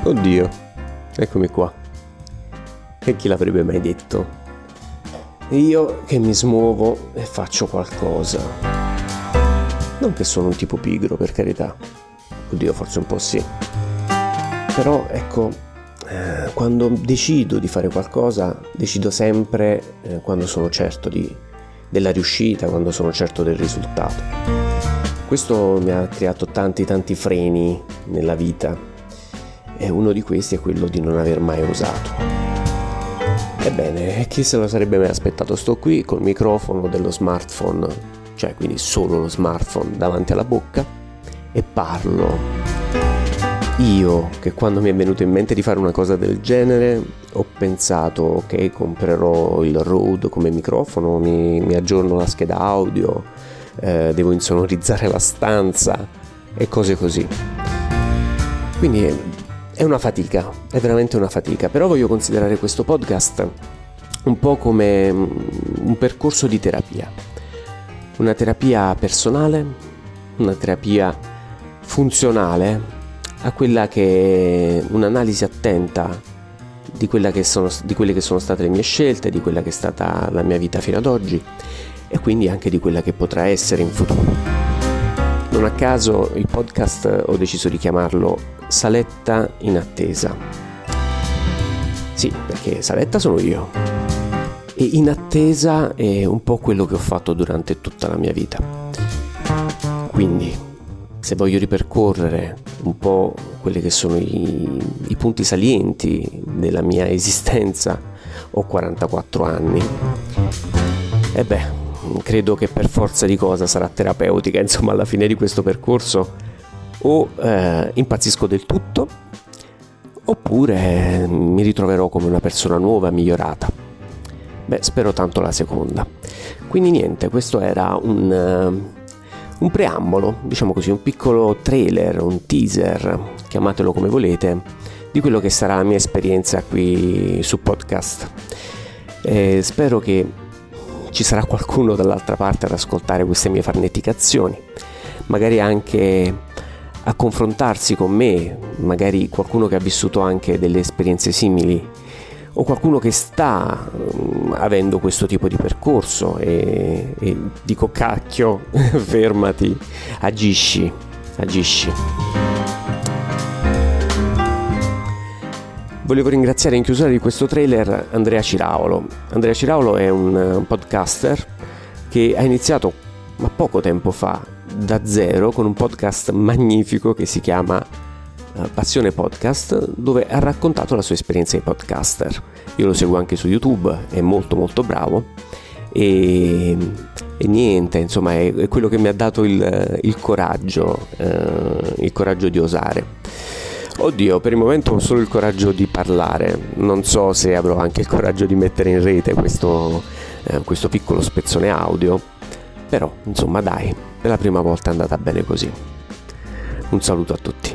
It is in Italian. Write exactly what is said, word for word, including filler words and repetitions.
Oddio, eccomi qua. E chi l'avrebbe mai detto? Io che mi smuovo e faccio qualcosa. Non che sono un tipo pigro, per carità. Oddio, forse un po' sì. Però, ecco, eh, quando decido di fare qualcosa, decido sempre eh, quando sono certo di, della riuscita, quando sono certo del risultato. Questo mi ha creato tanti tanti freni nella vita. E uno di questi è quello di non aver mai osato. Ebbene, chi se lo sarebbe mai aspettato? Sto qui col microfono dello smartphone, cioè quindi solo lo smartphone davanti alla bocca, e parlo. Io, che quando mi è venuto in mente di fare una cosa del genere, ho pensato, ok, comprerò il Rode come microfono, mi, mi aggiorno la scheda audio, eh, devo insonorizzare la stanza e cose così. Quindi è una fatica, è veramente una fatica, però voglio considerare questo podcast un po' come un percorso di terapia, una terapia personale, una terapia funzionale a quella che è un'analisi attenta di, quella che sono, di quelle che sono state le mie scelte, di quella che è stata la mia vita fino ad oggi e quindi anche di quella che potrà essere in futuro. Non a caso il podcast ho deciso di chiamarlo Saletta in attesa. Sì, perché Saletta sono io. E in attesa è un po' quello che ho fatto durante tutta la mia vita. Quindi, se voglio ripercorrere un po' quelli che sono i, i punti salienti della mia esistenza, ho quarantaquattro anni. E beh, credo che per forza di cosa sarà terapeutica, insomma, alla fine di questo percorso o eh, impazzisco del tutto oppure mi ritroverò come una persona nuova, migliorata. Beh, spero tanto la seconda. Quindi niente, questo era un, uh, un preambolo, diciamo così, un piccolo trailer, un teaser, chiamatelo come volete, di quello che sarà la mia esperienza qui su podcast. E spero che ci sarà qualcuno dall'altra parte ad ascoltare queste mie farneticazioni, magari anche a confrontarsi con me, magari qualcuno che ha vissuto anche delle esperienze simili o qualcuno che sta um, avendo questo tipo di percorso e, e dico cacchio, fermati, agisci, agisci. Volevo ringraziare in chiusura di questo trailer Andrea Ciraulo. Andrea Ciraulo è un podcaster che ha iniziato ma poco tempo fa da zero con un podcast magnifico che si chiama uh, Passione Podcast, dove ha raccontato la sua esperienza di podcaster. Io lo seguo anche su YouTube, è molto molto bravo e, e niente, insomma è, è quello che mi ha dato il, il coraggio, uh, il coraggio di osare. Oddio, per il momento ho solo il coraggio di parlare, non so se avrò anche il coraggio di mettere in rete questo, uh, questo piccolo spezzone audio, però insomma dai, per la prima volta è andata bene così. Un saluto a tutti.